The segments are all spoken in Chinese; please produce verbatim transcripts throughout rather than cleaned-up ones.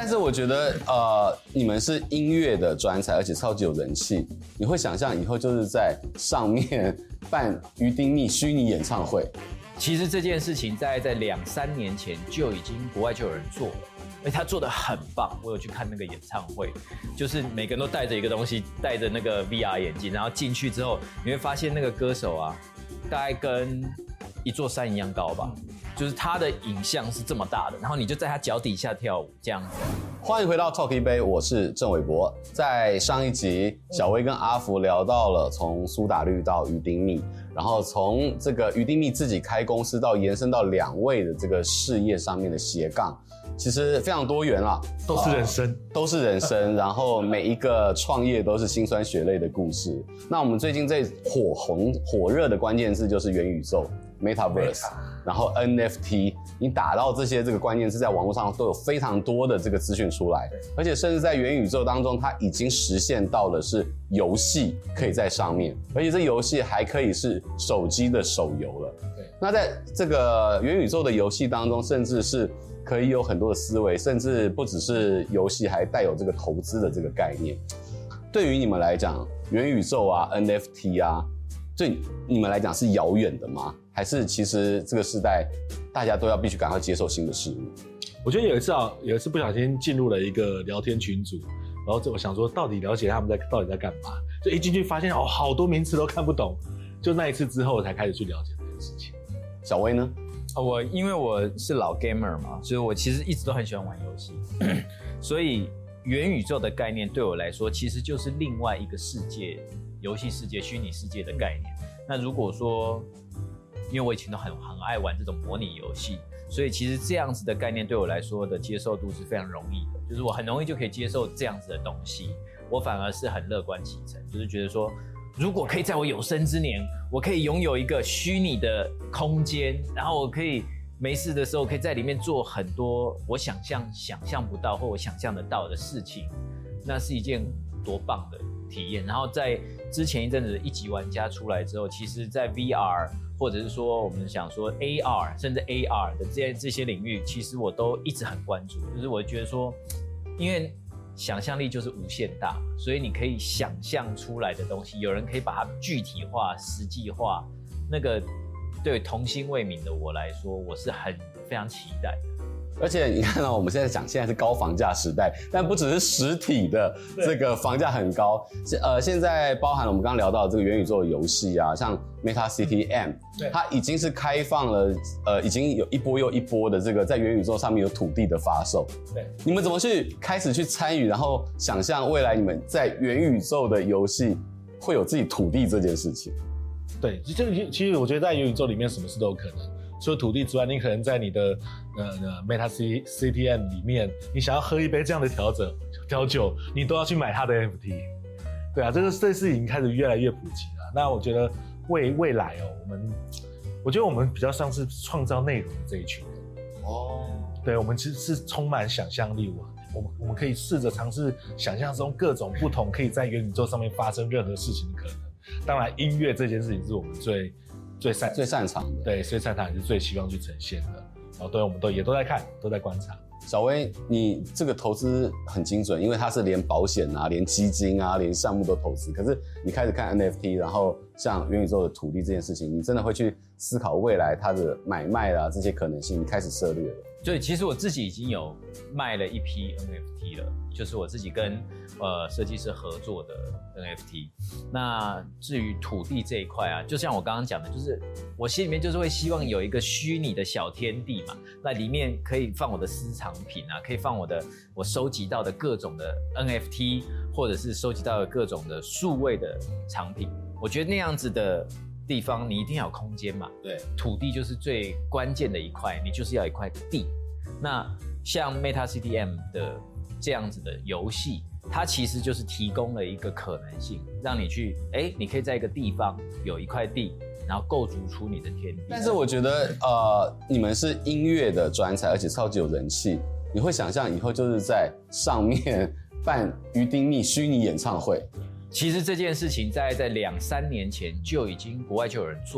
但是我觉得，呃，你们是音乐的专才，而且超级有人气，你会想象以后就是在上面办于丁密虚拟演唱会。 其实这件事情在在两三年前就已经国外就有人做了。而且他做的很棒，我有去看那个演唱会，就是每个人都带着一个东西，戴着那个 V R 眼镜，然后进去之后，你会发现那个歌手啊，大概跟一座山一样高吧，就是他的影像是这么大的，然后你就在他脚底下跳舞这样子。 欢迎回到 Talk 一杯，我是郑伟博。在上一集，小薇跟阿福聊到了从苏打绿到于丁密，然后从这个于丁密自己开公司到延伸到两位的这个事业上面的斜杠。其实非常多元啦， 都是人生、呃， 都是人生。然后每一个创业都是辛酸血泪的故事。那我们最近最火红、火热的关键字就是元宇宙 （Metaverse）， 然后 N F T。你打到这些这个关键字，在网络上都有非常多的这个资讯出来，而且甚至在元宇宙当中，它已经实现到了是游戏可以在上面，而且这游戏还可以是手机的手游了。对，那在这个元宇宙的游戏当中，甚至是可以有很多的思维，甚至不只是游戏，还带有这个投资的这个概念。对于你们来讲，元宇宙啊 ，N F T 啊，对你们来讲是遥远的吗？还是其实这个时代大家都要必须赶快接受新的事物？ 我觉得有一次啊，有一次不小心进入了一个聊天群组，然后我想说到底了解他们在到底在干嘛，就一进去发现哦，好多名词都看不懂。就那一次之后，我才开始去了解这件事情。 小薇呢？ 我因为我是老 gamer 嘛，所以我其实一直都很喜欢玩游戏，所以元宇宙的概念对我来说，其实就是另外一个世界，游戏世界、虚拟世界的概念。那如果说，因为我以前都很很爱玩这种模拟游戏，所以其实这样子的概念对我来说的接受度是非常容易的，就是我很容易就可以接受这样子的东西，我反而是很乐观其成，就是觉得说，如果可以在我有生之年，我可以拥有一个虚拟的空间，然后我可以没事的时候可以在里面做很多我想象想象不到或我想象得到的事情，那是一件多棒的体验。然后在之前一阵子一级玩家出来之后，其实在 V R 或者是说我们想说 A R 甚至 A R 的这些这些领域，其实我都一直很关注，就是我觉得说，因为想象力就是无限大，所以你可以想象出来的东西，有人可以把它具体化、实际化。那个对童心未泯的我来说，我是很非常期待的。 而且你看到、哦、我们现在讲现在是高房价时代，但不只是实体的这个房价很高，呃，现在包含了我们刚刚聊到这个元宇宙的游戏啊，像 Meta City M， 它已经是开放了，呃，已经有一波又一波的这个在元宇宙上面有土地的发售。对，你们怎么去开始去参与，然后想象未来你们在元宇宙的游戏会有自己土地这件事情？ 对，其实其实我觉得在元宇宙里面什么事都有可能。除了土地之外，你可能在你的呃呃 Meta C T M 里面，你想要喝一杯这样的调酒，调酒你都要去买它的 N F T。对啊，这个这事已经开始越来越普及了。那我觉得未未来哦，我们我觉得我们比较像是创造内容的这一群人。哦，对，我们其实是充满想象力，我们我们可以试着尝试想象中各种不同可以在元宇宙上面发生任何事情的可能。当然，音乐这件事情是我们最。最擅最擅长的， 对，最擅长也是最希望去呈现的。然后，对，我们都也都在看，都在观察。 小薇，你这个投资很精准，因为它是连保险啊、连基金啊、连项目都投资。可是你开始看 N F T， 然后像元宇宙的土地这件事情，你真的会去思考未来它的买卖啊这些可能性，你开始涉猎了。 对，其实我自己已经有卖了一批 N F T 了，就是我自己跟呃设计师合作的 N F T。那至于土地这一块啊，就像我刚刚讲的，就是我心里面就是会希望有一个虚拟的小天地嘛，那里面可以放我的私藏品啊，可以放我的我收集到的各种的 N F T， 或者是收集到的各种的数位的藏品。我觉得那样子的地方你一定要有空间嘛，对，土地就是最关键的一块，你就是要一块地。那像 Meta C T M 的这样子的游戏，它其实就是提供了一个可能性，让你去，哎，你可以在一个地方有一块地，然后构筑出你的天地。 但是我觉得，呃，你们是音乐的专才，而且超级有人气，你会想象以后就是在上面办于丁密虚拟演唱会。 其实这件事情在在两三年前就已经国外就有人做了，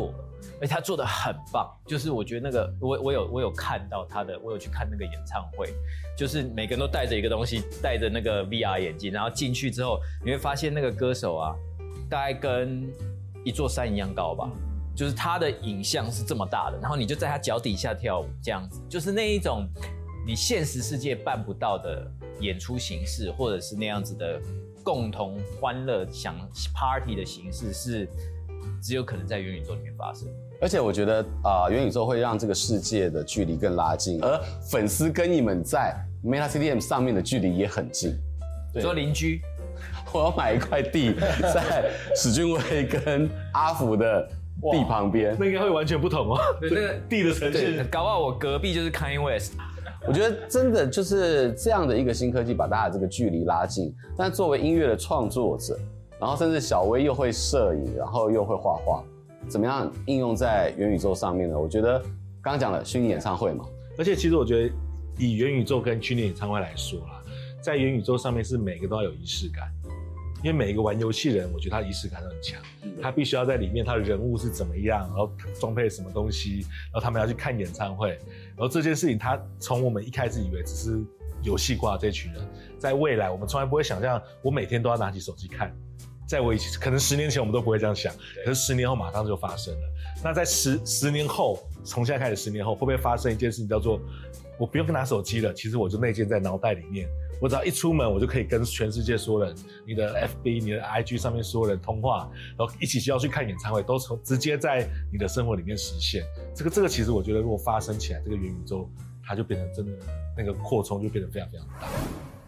而且他做的很棒，就是我觉得那个我我有我有看到他的，我有去看那个演唱会，就是每个人都带着一个东西，戴着那个 V R 眼镜，然后进去之后，你会发现那个歌手啊，大概跟一座山一样高吧，就是他的影像是这么大的，然后你就在他脚底下跳舞，这样子，就是那一种你现实世界办不到的演出形式，或者是那样子的共同欢乐想 party 的形式，是只有可能在元宇宙里面发生。 而且我觉得啊、呃，元宇宙会让这个世界的距离更拉近，而粉丝跟你们在 Meta C T M 上面的距离也很近。 说邻居， 我要买一块地在史俊威跟阿福的地旁边， 那应该会完全不同哦。 对，那个地的呈现， 搞不好我隔壁就是 Kanye West。 我觉得真的就是这样的一个新科技，把大家的这个距离拉近。但作为音乐的创作者，然后甚至小威又会摄影，然后又会画画，怎么样应用在元宇宙上面呢？我觉得刚刚讲了虚拟演唱会嘛， 而且其实我觉得以元宇宙跟虚拟演唱会来说啦，在元宇宙上面是每个都要有仪式感。因为每一个玩游戏人，我觉得他的仪式感都很强，他必须要在里面，他的人物是怎么样，然后装配什么东西，然后他们要去看演唱会，然后这件事情，他从我们一开始以为只是游戏挂这群人，在未来我们从来不会想象，我每天都要拿起手机看，在我以前可能十年前我们都不会这样想，可是十年后马上就发生了。那在十十年后，从现在开始十年后，会不会发生一件事情叫做，我不用拿手机了，其实我就内建在脑袋里面。我只要一出门，我就可以跟全世界所有人，你的 F B、你的 I G 上面所有人通话，然后一起要去看演唱会，都从直接在你的生活里面实现。这个这个其实我觉得，如果发生起来，这个元宇宙它就变成真的那个扩充就变得非常非常大。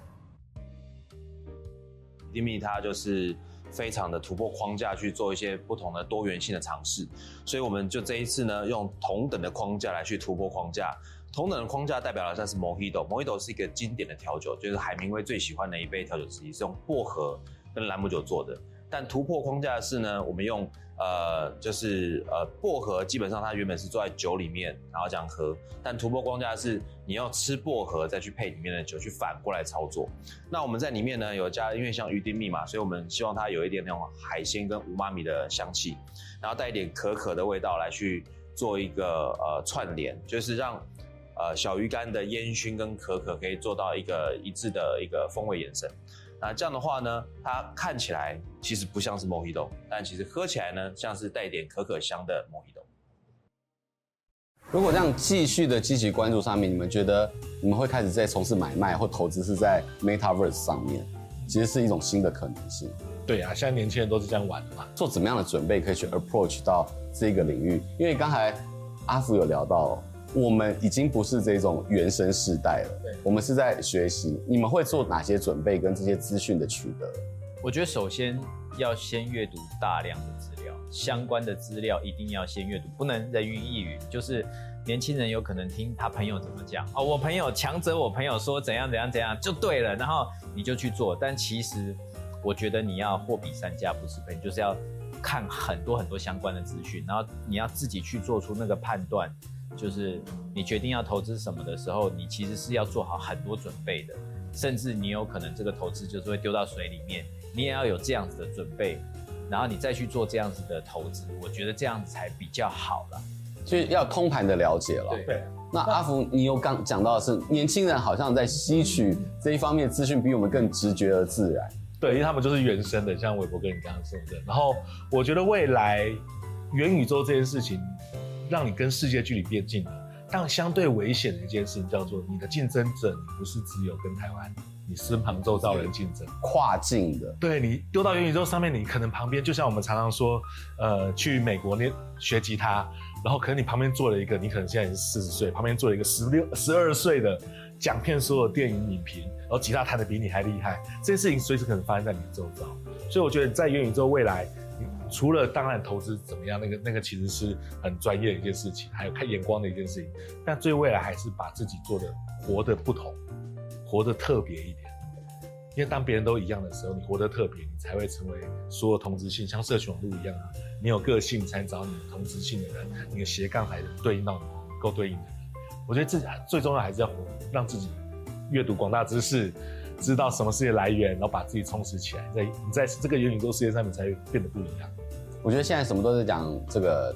Udemy它就是非常的突破框架去做一些不同的多元性的尝试，所以我们就这一次呢，用同等的框架来去突破框架。同等的框架代表了像是 Mojito，Mojito 是一个经典的调酒，就是海明威最喜欢的一杯调酒之一，是用薄荷跟朗姆酒做的。但突破框架的是呢，我们用呃就是呃薄荷，基本上它原本是做在酒里面，然后这样喝。但突破框架的是你要吃薄荷再去配里面的酒，去反过来操作。那我们在里面呢有加，因为像鱼丁蜜嘛，所以我们希望它有一点那种海鲜跟无妈咪的香气，然后带一点可可的味道来去做一个呃串联，就是让。呃，小鱼干的烟熏跟可可可以做到一个一致的一个风味延伸。那这样的话呢，它看起来其实不像是 Mojito， 但其实喝起来呢，像是带一点可可香的 Mojito。 如果这样继续的积极关注上面，你们觉得你们会开始在从事买卖或投资是在 Metaverse 上面，其实是一种新的可能性。 对啊，现在年轻人都是这样玩的嘛。 做怎么样的准备可以去 approach 到这个领域？因为刚才阿福有聊到。我们已经不是这种原生世代了，我们是在学习。你们会做哪些准备跟这些资讯的取得？ 我觉得首先要先阅读大量的资料，相关的资料一定要先阅读，不能人云亦云。就是年轻人有可能听他朋友怎么讲，哦，我朋友强者，我朋友说怎样怎样怎样就对了，然后你就去做。但其实我觉得你要货比三家不吃亏，就是要看很多很多相关的资讯，然后你要自己去做出那个判断。就是你决定要投资什么的时候，你其实是要做好很多准备的，甚至你有可能这个投资就是会丢到水里面，你也要有这样子的准备，然后你再去做这样子的投资，我觉得这样子才比较好啦。 所以要通盘的了解了。 对。 那阿福，你有刚讲到的是，年轻人好像在吸取这一方面资讯比我们更直觉而自然。 对，因为他们就是原生的，像韦伯跟你刚刚说的。然后我觉得未来元宇宙这件事情。让你跟世界距离变近了，但相对危险的一件事情叫做你的竞争者，你不是只有跟台湾，你身旁周遭人竞争， 跨境的。 对，你丢到元宇宙上面，你可能旁边就像我们常常说，呃，去美国那学吉他，然后可能你旁边坐了一个，你可能现在已经四十岁，旁边坐了一个十六、十二岁的讲遍所有电影影评，然后吉他弹得比你还厉害，这件事情随时可能发生在你的周遭。所以我觉得在元宇宙未来。除了当然投资怎么样，那个那个其实是很专业的一件事情，还有看眼光的一件事情。但最未来还是把自己做的活得不同，活得特别一点。因为当别人都一样的时候，你活得特别，你才会成为所有同质性，像社群网络一样啊。你有个性，才找你的同质性的人，你的斜杠才对应到你够对应的人。我觉得自己最重要还是要让自己阅读广大知识。知道什么是来源，然后把自己充实起来，在你在这个元宇宙世界上面才会变得不一样。 我我觉得现在什么都是讲这个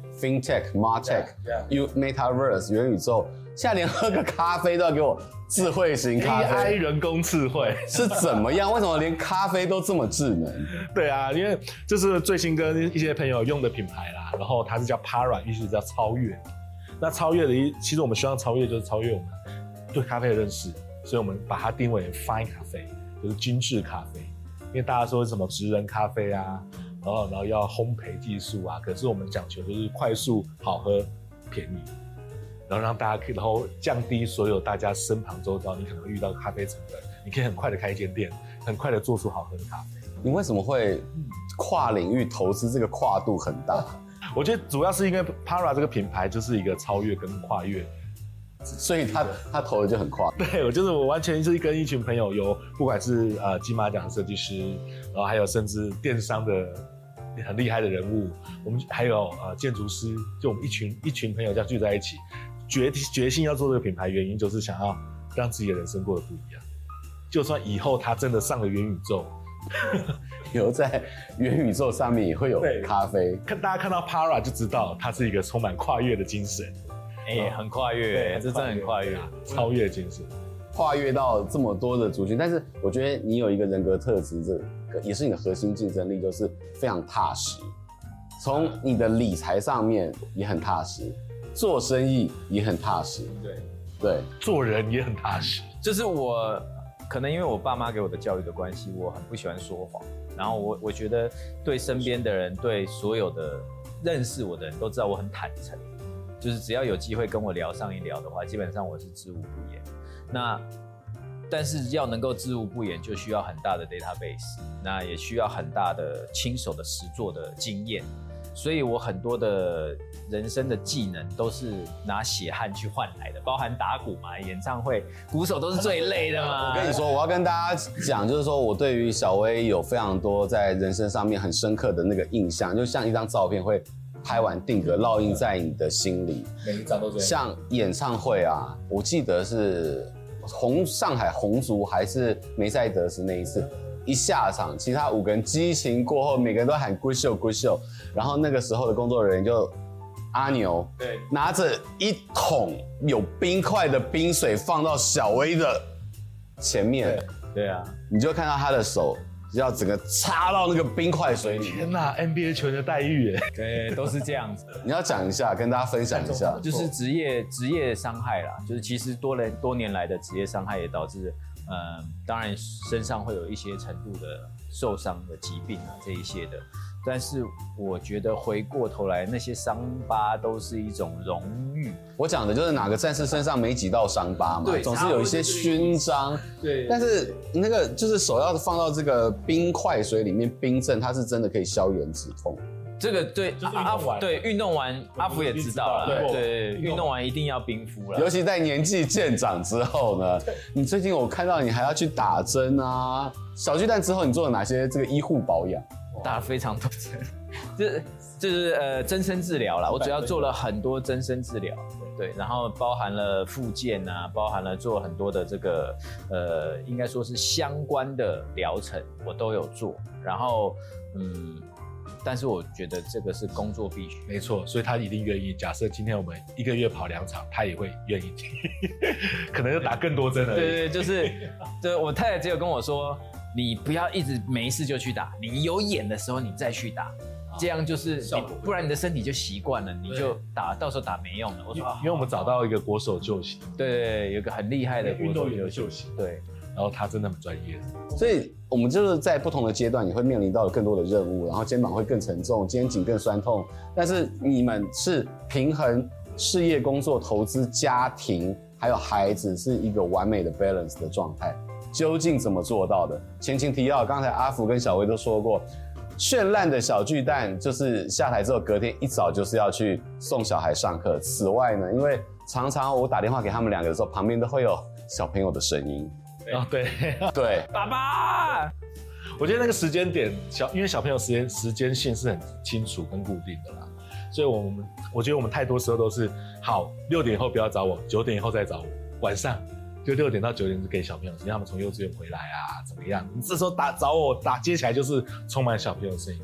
tech、fintech、martech、u metaverse 元宇宙，现在连喝个咖啡都要给我智慧型咖啡 A I 人工智慧是怎么样？为什么连咖啡都这么智能？ 对啊，因为这是最新跟一些朋友用的品牌啦，然后它是叫 Para， 意思叫超越。那超越的意，其实我们希望超越就是超越我们对咖啡的认识，所以我们把它定为 fine 咖啡，就是精致咖啡。因为大家说什么职人咖啡啊，然后然后要烘焙技术啊，可是我们讲求就是快速、好喝、便宜，然后让大家可以，然后降低所有大家身旁周遭你可能遇到的咖啡成本，你可以很快的开一间店，很快的做出好喝的咖啡。 你为什么会跨领域投资？这个跨度很大。 我觉得主要是因为 Para 这个品牌就是一个超越跟跨越， 所以他他投的就很跨。 对，我就是我完全是跟一群朋友，有不管是呃金马奖的设计师，然后还有甚至电商的很厉害的人物，我们还有呃建筑师，就我们一群一群朋友这样聚在一起，决决心要做这个品牌，原因就是想要让自己的人生过得不一样。就算以后他真的上了元宇宙。 有在元宇宙上面也会有咖啡， 看大家看到 Para 就知道它是一个充满跨越的精神， 哎、欸，很跨越，这真的很跨越， 超越精神， 跨越到这么多的族群。但是我觉得你有一个人格特质，这个也是你的核心竞争力，就是非常踏实。从你的理财上面也很踏实，做生意也很踏实， 对对， 做人也很踏实。 就是我。可能因为我爸妈给我的教育的关系，我很不喜欢说谎。然后我我觉得对身边的人，对所有的认识我的人都知道我很坦诚，就是只要有机会跟我聊上一聊的话，基本上我是知无不言。那但是要能够知无不言，就需要很大的 database， 那也需要很大的亲手的实作的经验。所以我很多的人生的技能都是拿血汗去换来的，包含打鼓嘛，演唱会鼓手都是最累的嘛。 我跟你说，我要跟大家讲，就是说我对于小威有非常多在人生上面很深刻的那个印象，就像一张照片会拍完定格烙印在你的心里， 每一张都这样。 像演唱会啊，我记得是红上海红族还是梅赛德斯那一次。一下场，其他五个人激情过后，每个人都喊 good show good show， 然后那个时候的工作人员就阿牛， 对， 拿着一桶有冰块的冰水放到小威的前面， 对，对啊， 你就看到他的手要整个插到那个冰块水里。 天哪 ，N B A 球员的待遇耶， 对，都是这样子。 你要讲一下，跟大家分享一下， 就是职业职业伤害啦，就是其实多人多年来的职业伤害也导致。呃，当然身上会有一些程度的受伤的疾病啊，这一些的。但是我觉得回过头来，那些伤疤都是一种荣誉。 我讲的就是哪个战士身上没几道伤疤嘛，总是有一些勋章。 对， 但是那个就是手要放到这个冰块水里面冰镇，它是真的可以消炎止痛。 这个对阿福对运动完阿福也知道了，对对，运动完一定要冰敷了， 尤其在年纪渐长之后呢，你最近我看到你还要去打针啊，小巨蛋之后你做了哪些这个医护保养？ 打了非常多针，就是就是呃增生治疗啦，我主要做了很多增生治疗，对，然后包含了复健啊，包含了做很多的这个呃应该说是相关的疗程我都有做，然后嗯。但是我觉得这个是工作必须， 没错，所以他一定愿意。假设今天我们一个月跑两场，他也会愿意听，可能要打更多针而已。 对对，就是，对我太太只有跟我说，你不要一直没事就去打，你有演的时候你再去打，这样就是你，不然你的身体就习惯了，你就打，到时候打没用了。我说， 因为我们找到一个国手救星， 对对对，有一个很厉害的国手救星， 对。 然后他真的很专业， 所以我们就是在不同的阶段，你会面临到更多的任务，然后肩膀会更沉重，肩颈更酸痛。但是你们是平衡事业、工作、投资、家庭，还有孩子，是一个完美的 balance 的状态。究竟怎么做到的？前情提要，刚才阿福跟小薇都说过，绚烂的小巨蛋就是下台之后隔天一早就是要去送小孩上课。此外呢，因为常常我打电话给他们两个的时候，旁边都会有小朋友的声音。 哦，对对， 爸爸， 我觉得那个时间点小，因为小朋友时间时间性是很清楚跟固定的啦，所以我们我觉得我们太多时候都是好六点以后不要找我，九点以后再找我，晚上就六点到九点是给小朋友，让他们从幼稚园回来啊，怎么样？你这时候打找我打接起来就是充满小朋友的声音，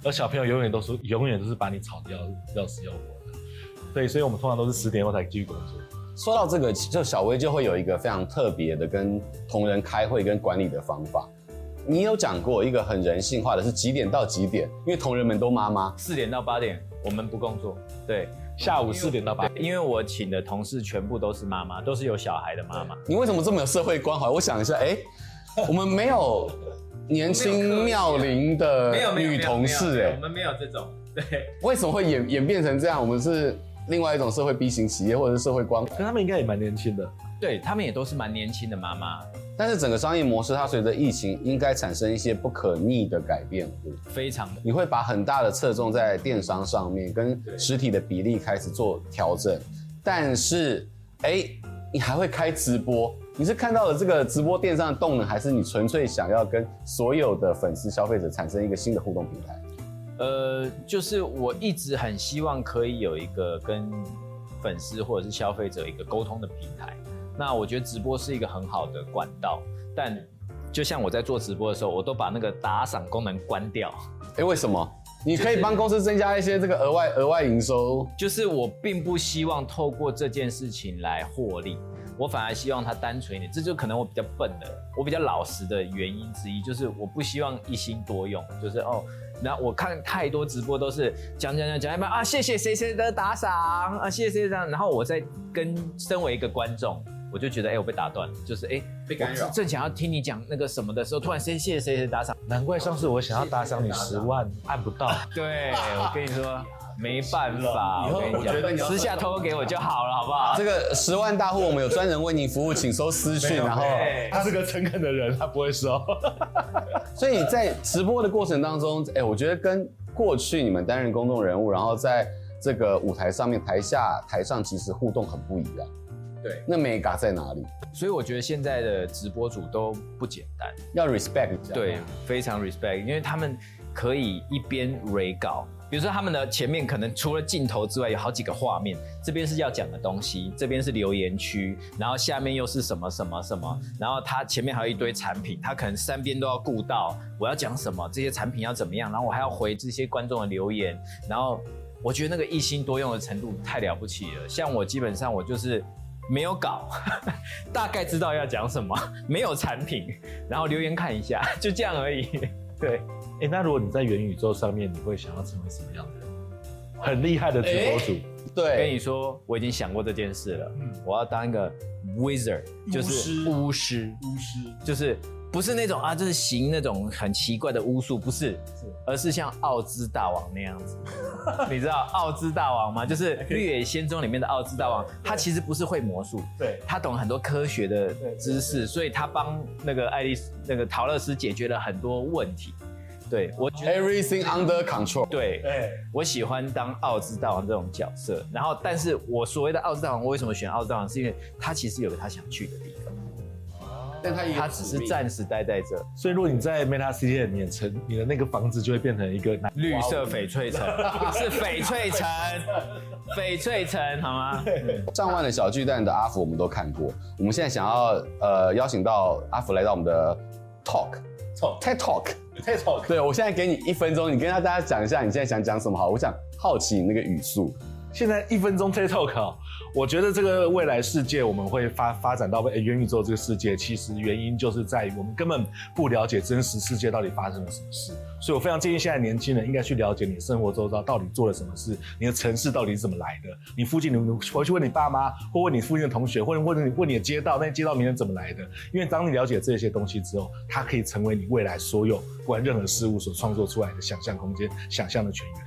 而小朋友永远都是永远都是把你吵得要要死要活的。对，所以我们通常都是十点后才继续工作。 说到这个，就小薇就会有一个非常特别的跟同仁开会跟管理的方法。你有讲过一个很人性化的，是几点到几点？因为同仁们都妈妈， 四点到八点我们不工作，对， 下午四点到八点。 因为我请的同事全部都是妈妈，都是有小孩的妈妈。 你为什么这么有社会关怀？我想一下，哎、欸，我们没有年轻妙龄的女同事、欸，哎， 我们没有这种，对， 为什么会演演变成这样？我们是另外一种社会 B 型企业，或者是社会关怀， 可他们应该也蛮年轻的， 对他们也都是蛮年轻的妈妈。 但是整个商业模式，它随着疫情应该产生一些不可逆的改变， 非常的。 你会把很大的侧重在电商上面，跟实体的比例开始做调整。但是，哎、欸，你还会开直播？你是看到了这个直播电商的动能，还是你纯粹想要跟所有的粉丝、消费者产生一个新的互动平台？ 呃，就是我一直很希望可以有一个跟粉丝或者是消费者一个沟通的平台。那我觉得直播是一个很好的管道，但就像我在做直播的时候，我都把那个打赏功能关掉。 哎、欸，为什么？你可以帮公司增加一些这个额外额外营收。 就是我并不希望透过这件事情来获利，我反而希望它单纯一点。这就可能我比较笨的，我比较老实的原因之一，就是我不希望一心多用，就是哦。然后我看太多直播都是讲讲讲讲一半啊，谢谢谁谁的打赏啊，谢谢谁这样，然后我再跟身为一个观众，我就觉得哎、欸，我被打断，就是哎、欸、被干扰，正想要听你讲那个什么的时候，突然谁谢谢谁谁打赏， 难怪上次我想要打赏你十万，按不到。 对，我跟你说没办法，我跟你讲，私下偷给我就好了，好不好？ 这个十万大户我们有专人为您服务，请收私讯，然后他是个诚恳的人，他不会收。 所以在直播的过程当中，哎、欸，我觉得跟过去你们担任公众人物，然后在这个舞台上面，台下台上其实互动很不一样。 对， 那 mega 在哪里？ 所以我觉得现在的直播主都不简单， 要 respect 一下。 对，非常 respect， 因为他们可以一边 re 稿。比如说他们的前面可能除了镜头之外有好几个画面，这边是要讲的东西，这边是留言区，然后下面又是什么什么什么，然后他前面还有一堆产品，他可能三边都要顾到，我要讲什么，这些产品要怎么样，然后我还要回这些观众的留言，然后我觉得那个一心多用的程度太了不起了。像我基本上我就是没有稿，大概知道要讲什么，没有产品，然后留言看一下，就这样而已。对。 哎、欸，那如果你在元宇宙上面，你会想要成为什么样的人？很厉害的直播主。欸、 对， 跟你说，我已经想过这件事了。嗯，我要当一个 wizard， 就是巫师， 巫师就是不是那种啊，就是行那种很奇怪的巫术，不是，是而是像奥兹大王那样子。你知道奥兹大王吗？就是《绿野仙踪》里面的奥兹大王，他其实不是会魔术， 对， 他懂很多科学的知识，所以他帮那个爱丽丝、那个陶乐斯解决了很多问题。对，我觉得 everything under control。 对， 对， 我喜欢当奥兹大王这种角色。然后，但是我所谓的奥兹大王，我为什么选奥兹大王？是因为他其实有个他想去的地方， 但他他只是暂时待在这。 所以，如果你在 Meta City 里面成，你的那个房子就会变成一个绿色翡翠城，是翡翠城，翡翠城，好吗？ 上万的小巨蛋的阿福我们都看过，我们现在想要呃邀请到阿福来到我们的 Talk。TED Talk，TED Talk， 对，我现在给你一分钟，你跟大家讲一下你现在想讲什么好？我想好奇你那个语速。 现在一分钟 TED Talk， 哦，我觉得这个未来世界我们会发发展到元宇宙这个世界，其实原因就是在于我们根本不了解真实世界到底发生了什么事，所以我非常建议现在年轻人应该去了解你的生活周遭到底做了什么事，你的城市到底是怎么来的，你附近你回去问你爸妈，或问你附近的同学，或者问你问你的街道，那街道名人怎么来的？因为当你了解这些东西之后，它可以成为你未来所有不管任何事物所创作出来的想象空间、想象的泉源。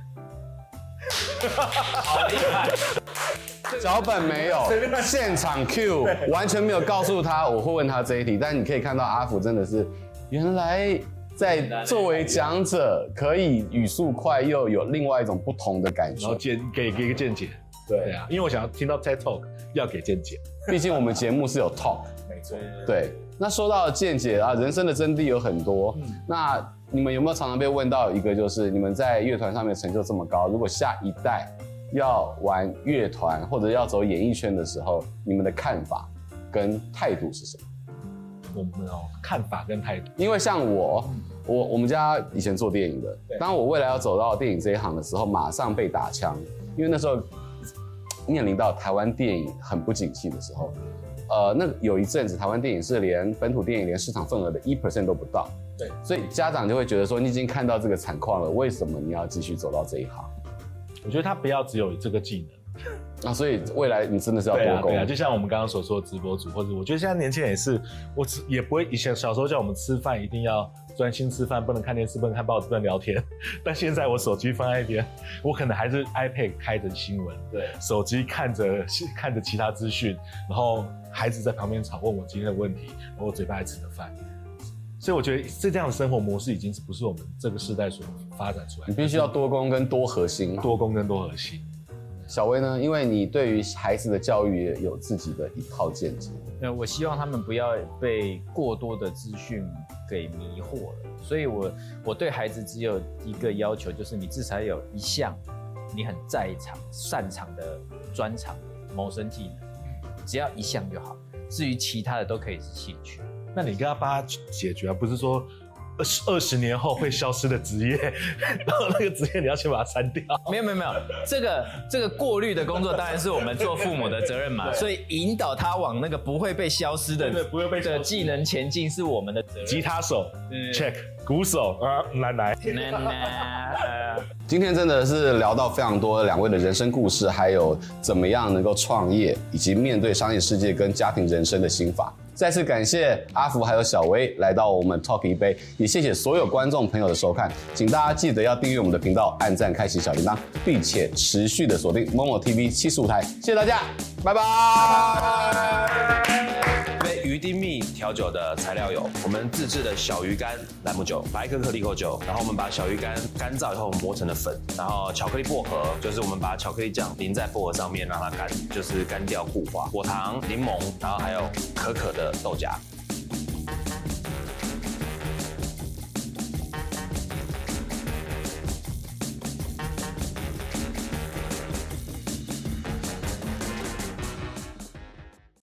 好厉害！ 脚本没有，现场 Q 完全没有告诉他我会问他这一题，但你可以看到阿福真的是原来在作为讲者可以语速快又有另外一种不同的感受， 然后见给给一个见解。 对对啊，因为我想要听到 TED Talk 要给见解， 毕竟我们节目是有 talk。 没错。 对，那说到见解啊，人生的真谛有很多。嗯、那你们有没有常常被问到一个，就是你们在乐团上面成就这么高，如果下一代要玩乐团或者要走演艺圈的时候，你们的看法跟态度是什么？ 我们的看法跟态度。 因为像我，我我们家以前做电影的，当我未来要走到电影这一行的时候，马上被打枪，因为那时候面临到台湾电影很不景气的时候，呃，那有一阵子台湾电影是连本土电影连市场份额的一 percent 都不到， 对， 所以家长就会觉得说，你已经看到这个惨况了，为什么你要继续走到这一行？ 我觉得他不要只有这个技能。 啊，所以未来你真的是要多攻。 对啊，对啊，就像我们刚刚所说的直播主，或者我觉得现在年轻人也是，我只也不会以前小时候叫我们吃饭一定要专心吃饭，不能看电视，不能看报纸，不能聊天。但现在我手机放在一边，我可能还是 iPad 开着新闻，对，手机看着看着其他资讯，然后孩子在旁边吵问我今天的问题，然后我嘴巴还吃着饭。所以我觉得这样的生活模式已经不是我们这个时代所发展出来的。 你必须要多攻跟多核心， 多攻跟多核心。 小薇呢？因为你对于孩子的教育也有自己的一套见解。 那我希望他们不要被过多的资讯给迷惑了，所以我我对孩子只有一个要求，就是你至少有一项你很在场、擅长的专长、谋生技能，只要一项就好。至于其他的都可以是兴趣。 那你跟他帮他解决啊，不是说二十二十年后会消失的职业，然后那个职业你要先把它删掉。 没有没有没有，这个这个过滤的工作当然是我们做父母的责任嘛，所以引导他往那个不会被消失的对不会被的技能前进是我们的责任。 吉他手、 嗯、 check， 鼓手啊，来来。 今天真的是聊到非常多两位的人生故事，还有怎么样能够创业，以及面对商业世界跟家庭人生的心法。再次感谢阿福还有小薇来到我们 Talk 一杯，也谢谢所有观众朋友的收看，请大家记得要订阅我们的频道，按赞、开启小铃铛，并且持续的锁定 Momo T V 七十五台，谢谢大家，拜拜。 鱼丁蜜调酒的材料有我们自制的小鱼干朗姆酒、白可可利口酒，然后我们把小鱼干干燥以后磨成了粉，然后巧克力薄荷就是我们把巧克力酱淋在薄荷上面让它干，就是干掉固化，果糖、柠檬，然后还有可可的豆荚。